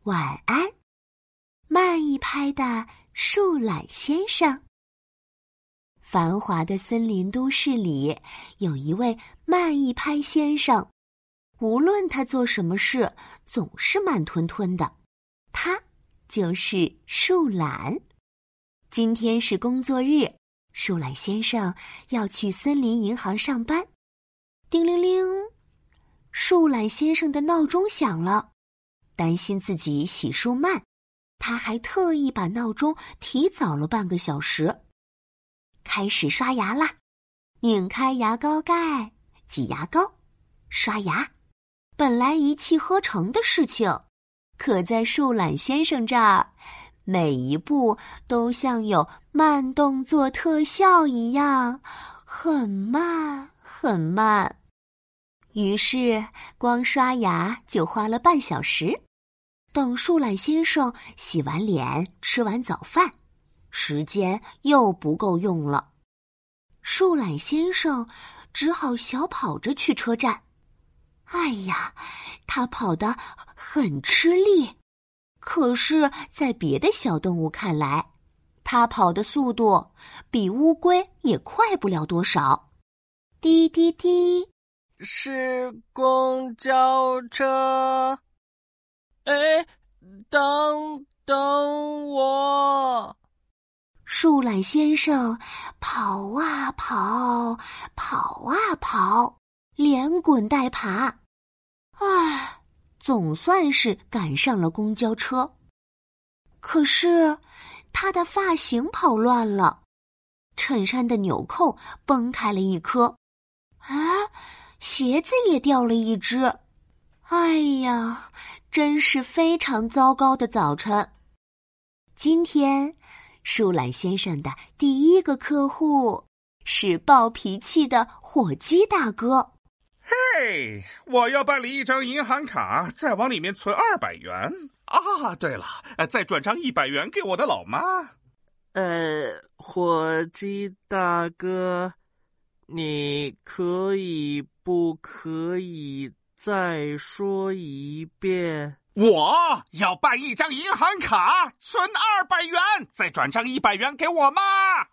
晚安，慢一拍的树懒先生。繁华的森林都市里，有一位慢一拍先生，无论他做什么事，总是慢吞吞的。他就是树懒。今天是工作日，树懒先生要去森林银行上班。叮铃铃，树懒先生的闹钟响了。担心自己洗漱慢，他还特意把闹钟提早了半个小时。开始刷牙啦！拧开牙膏盖，挤牙膏，刷牙。本来一气呵成的事情，可在树懒先生这儿，每一步都像有慢动作特效一样，很慢很慢。于是光刷牙就花了半小时。等树懒先生洗完脸，吃完早饭，时间又不够用了。树懒先生只好小跑着去车站。哎呀，他跑得很吃力。可是在别的小动物看来，他跑的速度比乌龟也快不了多少。滴滴滴， 是公交车。哎，等我！ 树懒先生跑啊跑，跑啊跑，连滚带爬。唉，总算是赶上了公交车。可是他的发型跑乱了，衬衫的纽扣崩开了一颗，鞋子也掉了一只。哎呀，真是非常糟糕的早晨。今天树懒先生的第一个客户是暴脾气的火鸡大哥。 嘿，我要办理一张银行卡，再往里面存200元。啊，对了，再转张100元给我的老妈。 火鸡大哥，你不可以再说一遍？ 我要办一张银行卡，存200元，再转张100元给我妈。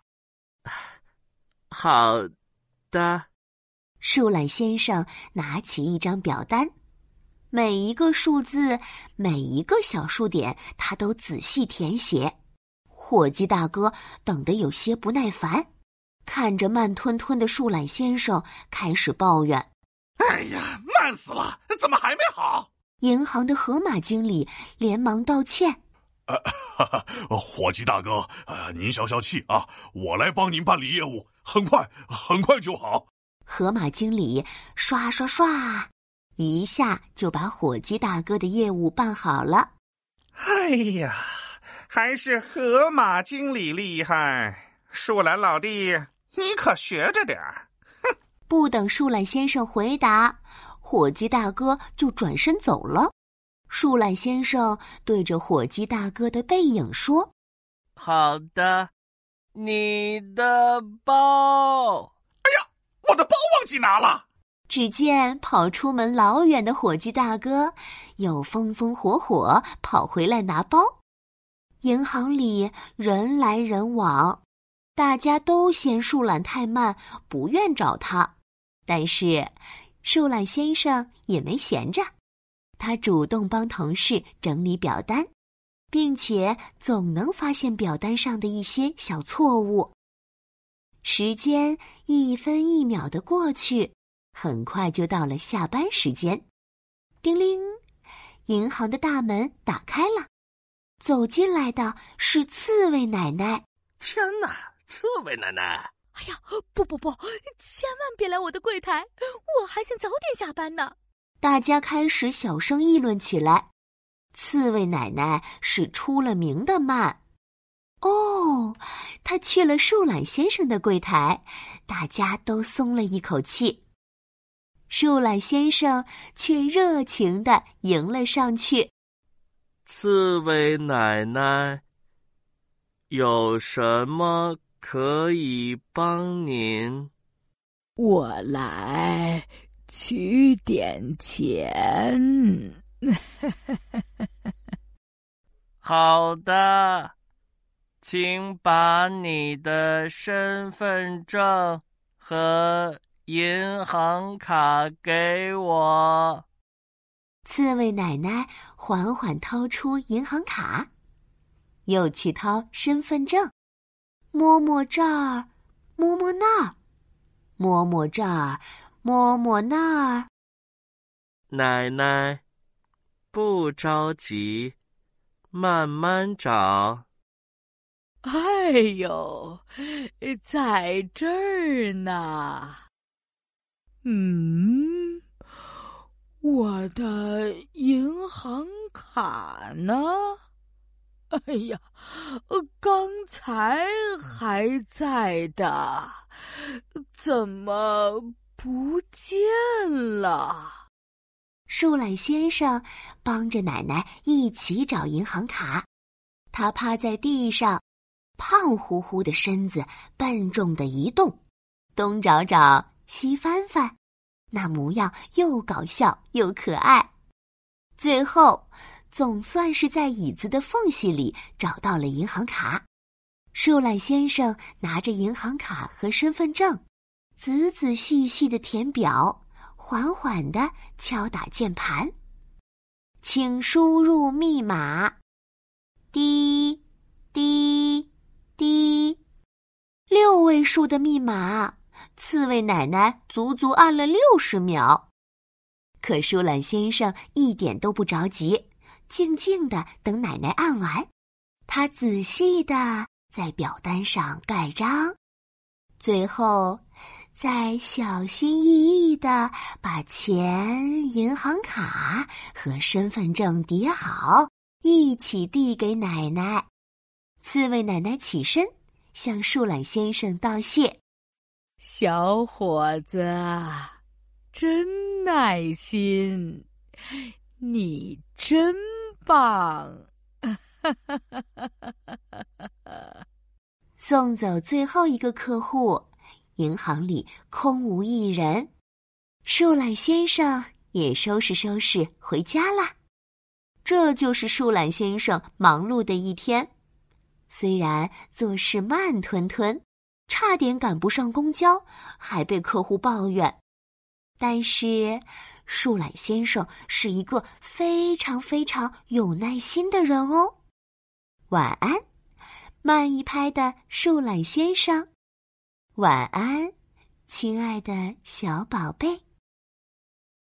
好的。 树懒先生拿起一张表单，每一个数字，每一个小数点，他都仔细填写。火鸡大哥等得有些不耐烦，看着慢吞吞的树懒先生，开始抱怨： 哎呀，慢死了，怎么还没好？ 银行的河马经理连忙道歉： 火鸡大哥，您消消气啊，我来帮您办理业务，很快就好。 河马经理刷刷刷，一下就把火鸡大哥的业务办好了。 哎呀，还是河马经理厉害，树懒老弟，你可学着点儿。 不等树懒先生回答，火鸡大哥就转身走了。树懒先生对着火鸡大哥的背影说： 好的，你的包。 哎呀，我的包忘记拿了。 只见跑出门老远的火鸡大哥又风风火火跑回来拿包。银行里人来人往，大家都嫌树懒太慢，不愿找他。但是树懒先生也没闲着，他主动帮同事整理表单，并且总能发现表单上的一些小错误。时间1分1秒的过去，很快就到了下班时间。叮铃，银行的大门打开了，走进来的是刺猬奶奶。 天哪，刺猬奶奶！ 哎呀，不，千万别来我的柜台，我还想早点下班呢。 大家开始小声议论起来。刺猬奶奶是出了名的慢。哦，她去了树懒先生的柜台，大家都松了一口气。树懒先生却热情地迎了上去。 刺猬奶奶，有什么可以帮您？ 我来取点钱。 好的，请把你的身份证和银行卡给我。 刺猬奶奶缓缓掏出银行卡，又去掏身份证，摸摸这儿，摸摸那儿，摸摸这儿，摸摸那儿。 奶奶，不着急，慢慢找。 哎呦，在这儿呢。我的银行卡呢？哎呀，刚才还在的，怎么不见了？ 树懒先生帮着奶奶一起找银行卡，他趴在地上，胖乎乎的身子笨重的移动，东找找，西翻翻，那模样又搞笑又可爱。最后，总算是在椅子的缝隙里找到了银行卡。树懒先生拿着银行卡和身份证，仔仔细细地填表，缓缓地敲打键盘。请输入密码。滴滴滴，6位数的密码，刺猬奶奶足足按了60秒。可树懒先生一点都不着急，静静地等奶奶按完。他仔细地在表单上盖章，最后再小心翼翼地把钱、银行卡和身份证叠好，一起递给奶奶。刺猬奶奶起身，向树懒先生道谢。 小伙子，真耐心，你真棒！ 送走最后一个客户，银行里空无一人。树懒先生也收拾收拾回家啦。这就是树懒先生忙碌的一天。虽然做事慢吞吞，差点赶不上公交，还被客户抱怨，但是树懒先生是一个非常非常有耐心的人哦。晚安，慢一拍的树懒先生。晚安，亲爱的小宝贝。